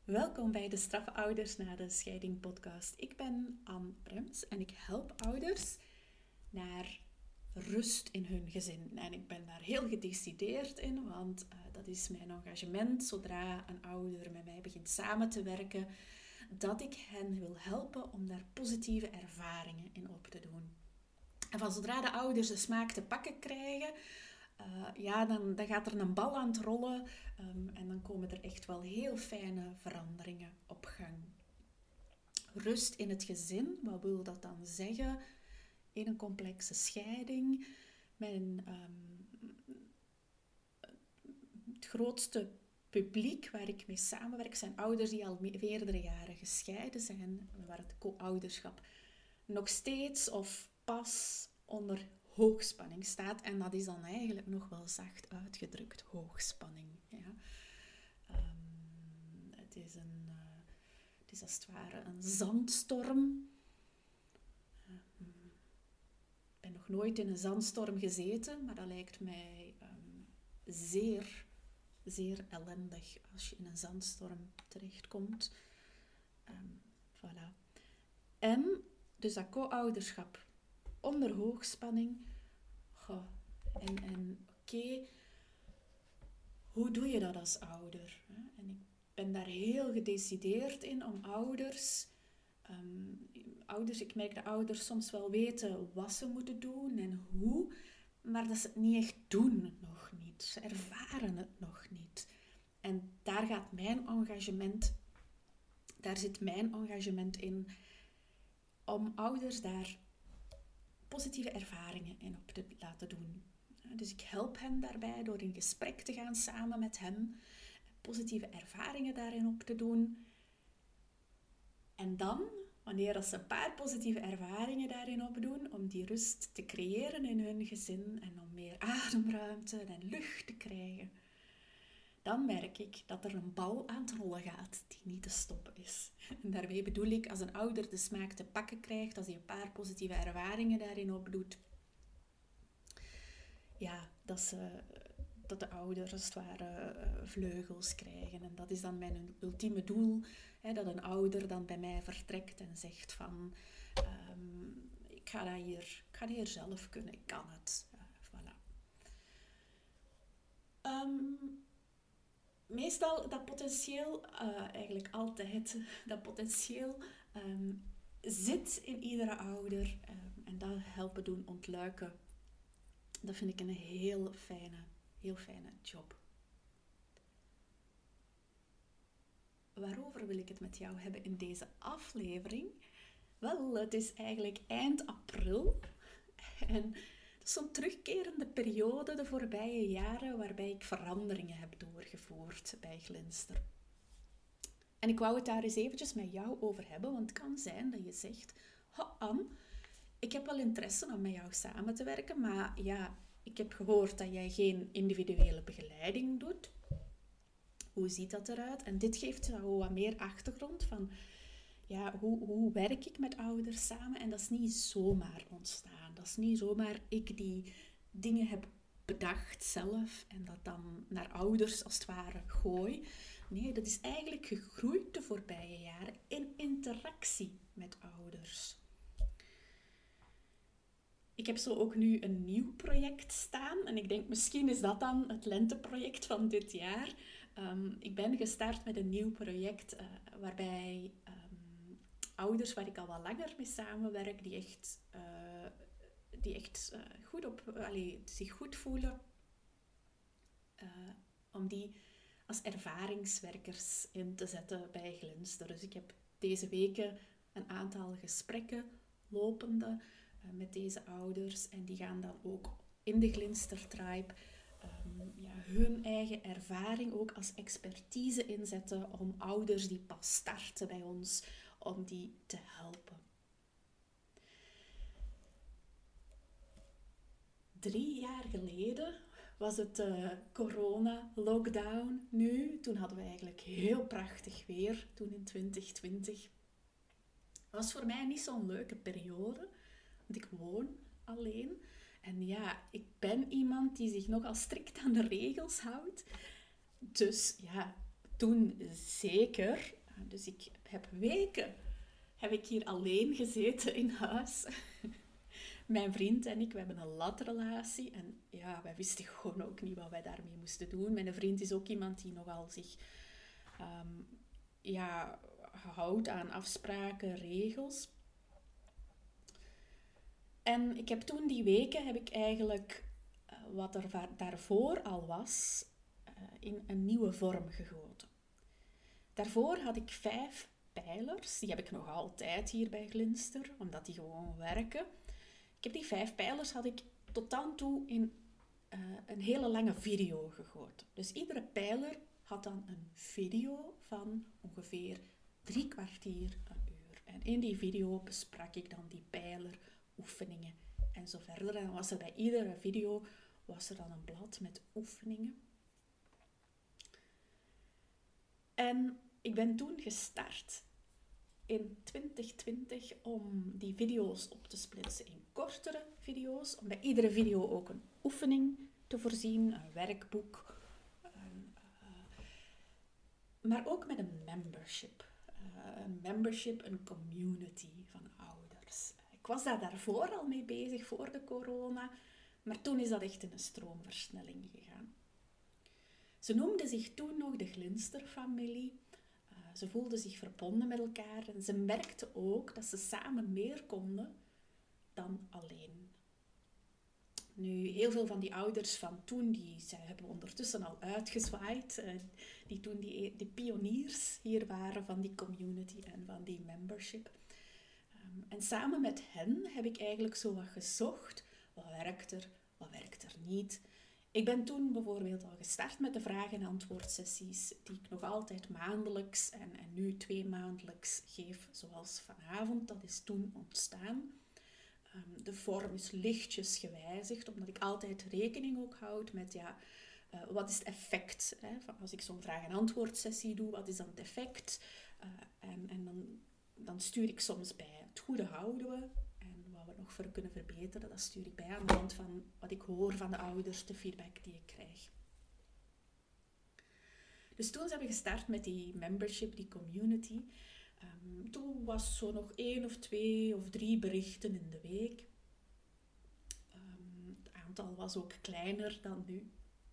Welkom bij de Straffe Ouders na de Scheiding podcast. Ik ben Anne Brems en ik help ouders naar rust in hun gezin. En ik ben daar heel gedecideerd in, want dat is mijn engagement. Zodra een ouder met mij begint samen te werken, dat ik hen wil helpen om daar positieve ervaringen in op te doen. En van zodra de ouders de smaak te pakken krijgen, dan gaat er een bal aan het rollen en dan komen er echt wel heel fijne veranderingen op gang. Rust in het gezin, wat wil dat dan zeggen? In een complexe scheiding, het grootste publiek waar ik mee samenwerk zijn ouders die al meerdere jaren gescheiden zijn, waar het co-ouderschap nog steeds of pas onder hoogspanning staat. En dat is dan eigenlijk nog wel zacht uitgedrukt, hoogspanning. Ja. Het is als het ware een zandstorm. Ik ben nog nooit in een zandstorm gezeten, maar dat lijkt mij zeer, zeer ellendig als je in een zandstorm terechtkomt. Voilà. En dus dat co-ouderschap onder hoogspanning. Oké, hoe doe je dat als ouder? En ik ben daar heel gedecideerd in om ouders, ik merk dat ouders soms wel weten wat ze moeten doen en hoe, maar dat ze het niet echt doen nog niet. Ze ervaren het nog niet. En daar zit mijn engagement in om ouders daar positieve ervaringen in op te laten doen. Dus ik help hen daarbij door in gesprek te gaan samen met hen, positieve ervaringen daarin op te doen. En dan, wanneer ze een paar positieve ervaringen daarin opdoen, om die rust te creëren in hun gezin en om meer ademruimte en lucht te krijgen, dan merk ik dat er een bal aan het rollen gaat die niet te stoppen is. En daarmee bedoel ik, als een ouder de smaak te pakken krijgt, als hij een paar positieve ervaringen daarin opdoet, dat de ouders als het ware vleugels krijgen. En dat is dan mijn ultieme doel, dat een ouder dan bij mij vertrekt en zegt van, ik ga hier zelf kunnen, ik kan het. Voilà. Meestal dat potentieel, eigenlijk altijd, dat potentieel zit in iedere ouder en dat helpen doen ontluiken. Dat vind ik een heel fijne job. Waarover wil ik het met jou hebben in deze aflevering? Wel, het is eigenlijk eind april en dat is zo'n terugkerende periode de voorbije jaren waarbij ik veranderingen heb doorgevoerd bij Glinster. En ik wou het daar eens eventjes met jou over hebben, want het kan zijn dat je zegt, Anne, ik heb wel interesse om met jou samen te werken, maar ja, ik heb gehoord dat jij geen individuele begeleiding doet. Hoe ziet dat eruit? En dit geeft jou wat meer achtergrond van, ja, hoe werk ik met ouders samen? En dat is niet zomaar ontstaan. Dat is niet zomaar ik die dingen heb bedacht zelf en dat dan naar ouders als het ware gooi. Nee, dat is eigenlijk gegroeid de voorbije jaren in interactie met ouders. Ik heb zo ook nu een nieuw project staan en ik denk misschien is dat dan het lenteproject van dit jaar. Ik ben gestart met een nieuw project waarbij ouders waar ik al wat langer mee samenwerk, die echt zich goed voelen, om die als ervaringswerkers in te zetten bij Glinster. Dus ik heb deze weken een aantal gesprekken lopende met deze ouders en die gaan dan ook in de Glinster Tribe hun eigen ervaring ook als expertise inzetten om ouders die pas starten bij ons, om die te helpen. 3 jaar geleden was het corona-lockdown nu. Toen hadden we eigenlijk heel prachtig weer, toen in 2020. Het was voor mij niet zo'n leuke periode, want ik woon alleen. En ja, ik ben iemand die zich nogal strikt aan de regels houdt. Dus ja, Toen zeker. Dus ik heb weken hier alleen gezeten in huis. Mijn vriend en ik, we hebben een latrelatie. En ja, wij wisten gewoon ook niet wat wij daarmee moesten doen. Mijn vriend is ook iemand die nogal zich houdt aan afspraken, regels. En ik heb toen die weken, heb ik eigenlijk wat er daarvoor al was, in een nieuwe vorm gegoten. Daarvoor had ik 5 pijlers. Die heb ik nog altijd hier bij Glinster, omdat die gewoon werken. Ik heb die 5 pijlers had ik tot dan toe in een hele lange video gegoten. Dus iedere pijler had dan een video van ongeveer 3 kwartier, een uur. En in die video besprak ik dan die pijler, oefeningen en zo verder. En dan was er bij iedere video dan een blad met oefeningen. En ik ben toen gestart in 2020 om die video's op te splitsen in kortere video's. Om bij iedere video ook een oefening te voorzien, een werkboek. Maar ook met een membership. Een community van ouders. Ik was daar daarvoor al mee bezig, voor de corona. Maar toen is dat echt in een stroomversnelling gegaan. Ze noemden zich toen nog de Glinster-familie. Ze voelden zich verbonden met elkaar. En ze merkten ook dat ze samen meer konden dan alleen. Nu, heel veel van die ouders van toen, zij hebben ondertussen al uitgezwaaid. Die toen de pioniers hier waren van die community en van die membership. En samen met hen heb ik eigenlijk zo wat gezocht. Wat werkt er niet? Ik ben toen bijvoorbeeld al gestart met de vraag- en antwoordsessies die ik nog altijd maandelijks en nu 2 maandelijks geef, zoals vanavond. Dat is toen ontstaan. De vorm is lichtjes gewijzigd, omdat ik altijd rekening ook houd met wat is het effect? Hè? Als ik zo'n vraag- en antwoordsessie doe, wat is dan het effect? En dan stuur ik soms bij het goede houden we. En wat we nog voor kunnen verbeteren, dat stuur ik bij aan de hand van wat ik hoor van de ouders, de feedback die ik krijg. Dus toen zijn we gestart met die membership, die community. Toen was zo nog 1 of 2 of 3 berichten in de week. Het aantal was ook kleiner dan nu.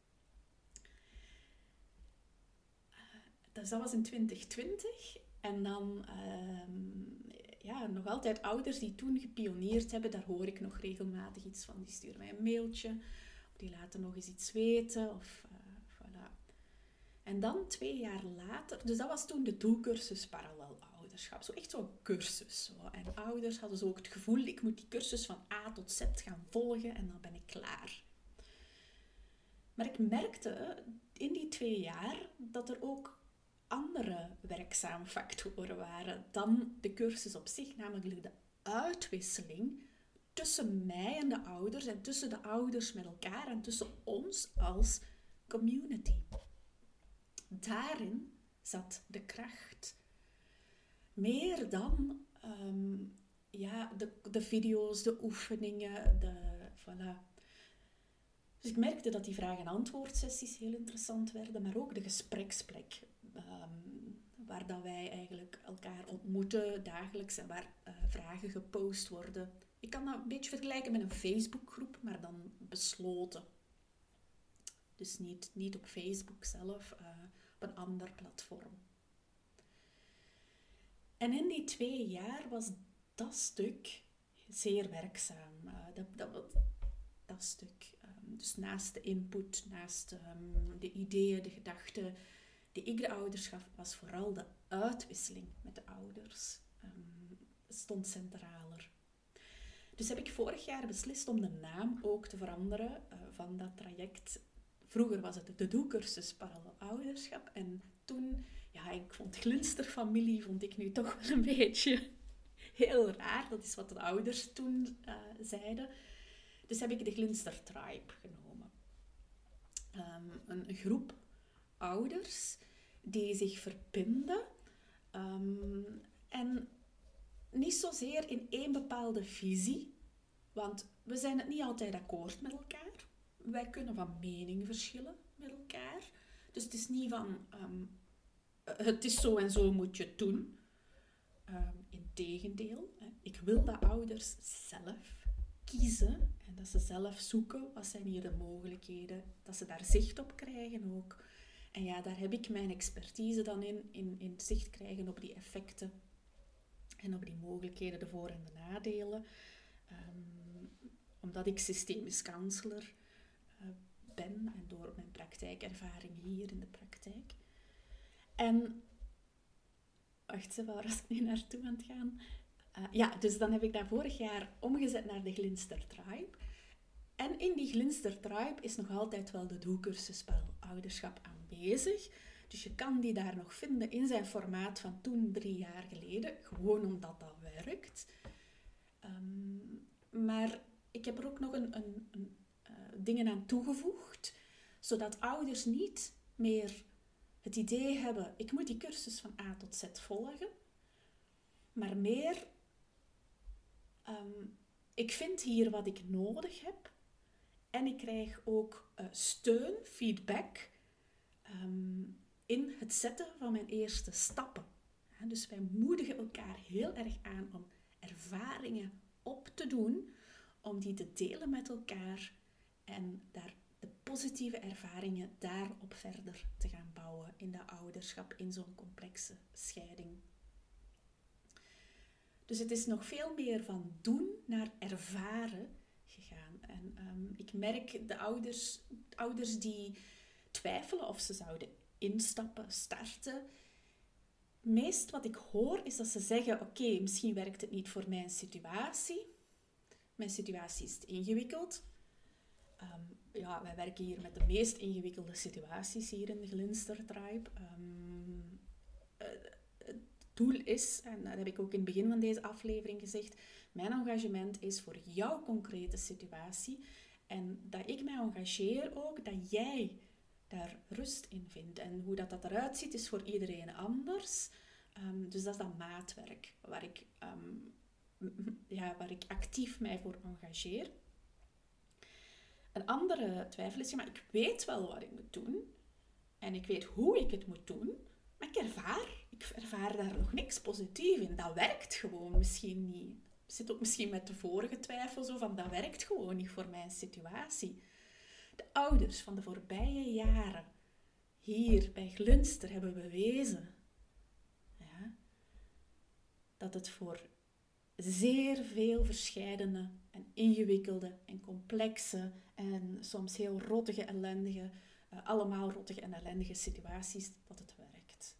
Dus dat was in 2020. En dan nog altijd ouders die toen gepioneerd hebben, daar hoor ik nog regelmatig iets van. Die sturen mij een mailtje, of die laten nog eens iets weten. Voilà. En dan 2 jaar later, dus dat was toen de doelcursus Parallel Ouderschap. Zo echt zo'n cursus. Zo. En ouders hadden zo ook het gevoel, ik moet die cursus van A tot Z gaan volgen en dan ben ik klaar. Maar ik merkte in die 2 jaar dat er ook andere werkzame factoren waren dan de cursus op zich, namelijk de uitwisseling tussen mij en de ouders en tussen de ouders met elkaar en tussen ons als community. Daarin zat de kracht. Meer dan de video's, de oefeningen, voilà. Dus ik merkte dat die vraag- en antwoordsessies heel interessant werden, maar ook de gespreksplek. Waar dat wij eigenlijk elkaar ontmoeten dagelijks en waar vragen gepost worden. Ik kan dat een beetje vergelijken met een Facebookgroep, maar dan besloten. Dus niet op Facebook zelf, op een ander platform. En in die 2 jaar was dat stuk zeer werkzaam. Dat stuk. Dus naast de input, naast de ideeën, de gedachten die ik de ouders gaf, was vooral de uitwisseling met de ouders. Stond centraler. Dus heb ik vorig jaar beslist om de naam ook te veranderen van dat traject. Vroeger was het de doelcursus Parallel Ouderschap. En toen, ik vond Glinsterfamilie vond ik nu toch wel een beetje heel raar. Dat is wat de ouders toen zeiden. Dus heb ik de Glinster Tribe genomen. Een groep ouders die zich verbinden en niet zozeer in één bepaalde visie, want we zijn het niet altijd akkoord met elkaar. Wij kunnen van mening verschillen met elkaar. Dus het is niet van het is zo en zo moet je het doen. Integendeel, ik wil dat ouders zelf kiezen en dat ze zelf zoeken wat zijn hier de mogelijkheden, dat ze daar zicht op krijgen ook. En ja, daar heb ik mijn expertise dan in zicht krijgen op die effecten en op die mogelijkheden, de voor- en de nadelen. Omdat ik systemisch counselor ben en door mijn praktijkervaring hier in de praktijk. En, wacht, waar was ik nu naartoe aan het gaan? Dus dan heb ik dat vorig jaar omgezet naar de Glinster Tribe. En in die Glinster Tribe is nog altijd wel de doelcursus ouderschap aanwezig. Dus je kan die daar nog vinden in zijn formaat van toen 3 jaar geleden. Gewoon omdat dat werkt. Maar ik heb er ook nog dingen aan toegevoegd. Zodat ouders niet meer het idee hebben, ik moet die cursus van A tot Z volgen. Maar meer, ik vind hier wat ik nodig heb. En ik krijg ook steun, feedback in het zetten van mijn eerste stappen. Dus wij moedigen elkaar heel erg aan om ervaringen op te doen, om die te delen met elkaar en daar de positieve ervaringen daarop verder te gaan bouwen in dat ouderschap, in zo'n complexe scheiding. Dus het is nog veel meer van doen naar ervaren gegaan. En ik merk de ouders die twijfelen of ze zouden instappen, starten. Meest wat ik hoor is dat ze zeggen, oké, misschien werkt het niet voor mijn situatie. Mijn situatie is te ingewikkeld. Wij werken hier met de meest ingewikkelde situaties hier in de Glinster Tribe. Het doel is, en dat heb ik ook in het begin van deze aflevering gezegd, mijn engagement is voor jouw concrete situatie. En dat ik mij engageer ook, dat jij daar rust in vindt. En hoe dat eruit ziet, is voor iedereen anders. Dus dat is dat maatwerk waar ik actief mij voor engageer. Een andere twijfel is, maar ik weet wel wat ik moet doen. En ik weet hoe ik het moet doen. Maar ik ervaar daar nog niks positief in. Dat werkt gewoon misschien niet. Ik zit ook misschien met de vorige twijfel zo van, dat werkt gewoon niet voor mijn situatie. De ouders van de voorbije jaren hier bij Glinster hebben bewezen dat het voor zeer veel verscheidene en ingewikkelde en complexe en soms heel rottige, ellendige, allemaal rottige en ellendige situaties, dat het werkt.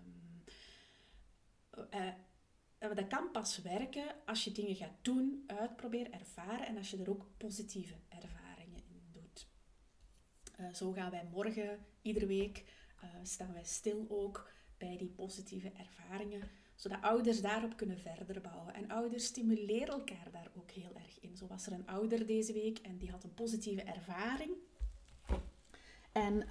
Dat kan pas werken als je dingen gaat doen, uitproberen, ervaren en als je er ook positieve ervaringen in doet. Zo gaan wij morgen, iedere week, staan wij stil ook bij die positieve ervaringen, zodat ouders daarop kunnen verder bouwen. En ouders stimuleren elkaar daar ook heel erg in. Zo was er een ouder deze week en die had een positieve ervaring. En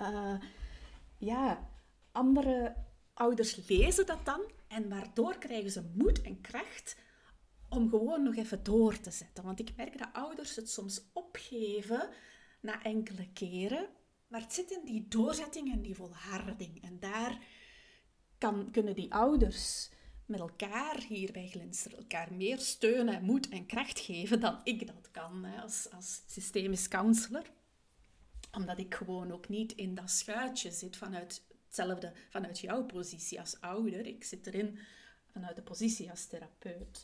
andere ouders lezen dat dan en waardoor krijgen ze moed en kracht om gewoon nog even door te zetten. Want ik merk dat ouders het soms opgeven na enkele keren, maar het zit in die doorzetting en die volharding. En daar kunnen die ouders met elkaar hier bij Glinster elkaar meer steunen, moed en kracht geven dan ik dat kan als systemisch counselor. Omdat ik gewoon ook niet in dat schuitje zit vanuit jouw positie als ouder. Ik zit erin vanuit de positie als therapeut.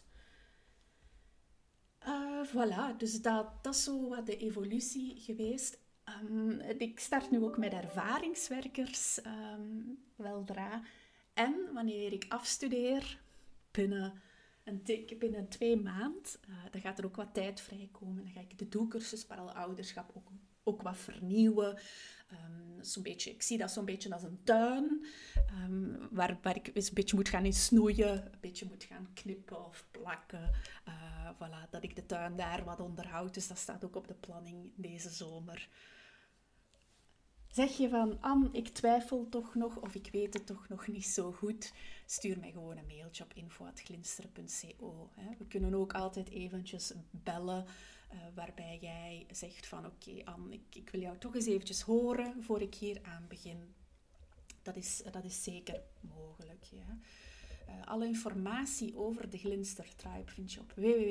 Voilà, dus dat is zo wat de evolutie geweest. Ik start nu ook met ervaringswerkers weldra. En wanneer ik afstudeer, binnen 2 maanden, dan gaat er ook wat tijd vrijkomen. Dan ga ik de doelcursus Parallelouderschap ook wat vernieuwen. Ik zie dat zo'n beetje als een tuin, waar ik eens een beetje moet gaan in snoeien, een beetje moet gaan knippen of plakken. Voilà, dat ik de tuin daar wat onderhoud. Dus dat staat ook op de planning deze zomer. Zeg je van, Anne, ik twijfel toch nog of ik weet het toch nog niet zo goed, stuur mij gewoon een mailtje op info@glinster.co. We kunnen ook altijd eventjes bellen, waarbij jij zegt van, oké, Anne, ik wil jou toch eens eventjes horen voor ik hier aan begin. dat is zeker mogelijk. Ja. Alle informatie over de Glinster Tribe vind je op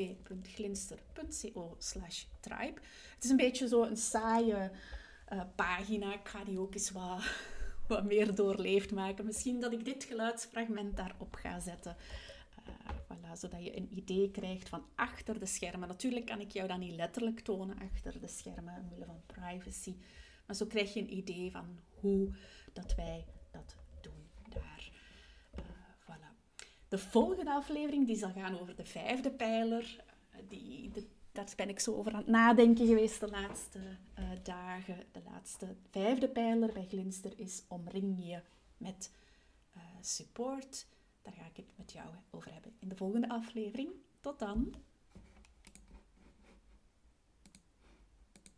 www.glinster.co/tribe. Het is een beetje zo een saaie pagina. Ik ga die ook eens wat meer doorleefd maken. Misschien dat ik dit geluidsfragment daarop ga zetten. Voilà, zodat je een idee krijgt van achter de schermen. Natuurlijk kan ik jou dat niet letterlijk tonen achter de schermen, omwille van privacy. Maar zo krijg je een idee van hoe dat wij dat doen daar. Voilà. De volgende aflevering die zal gaan over de 5e pijler. Daar ben ik zo over aan het nadenken geweest de laatste dagen. De laatste 5e pijler bij Glinster is omring je met support. Daar ga ik het met jou over hebben in de volgende aflevering. Tot dan!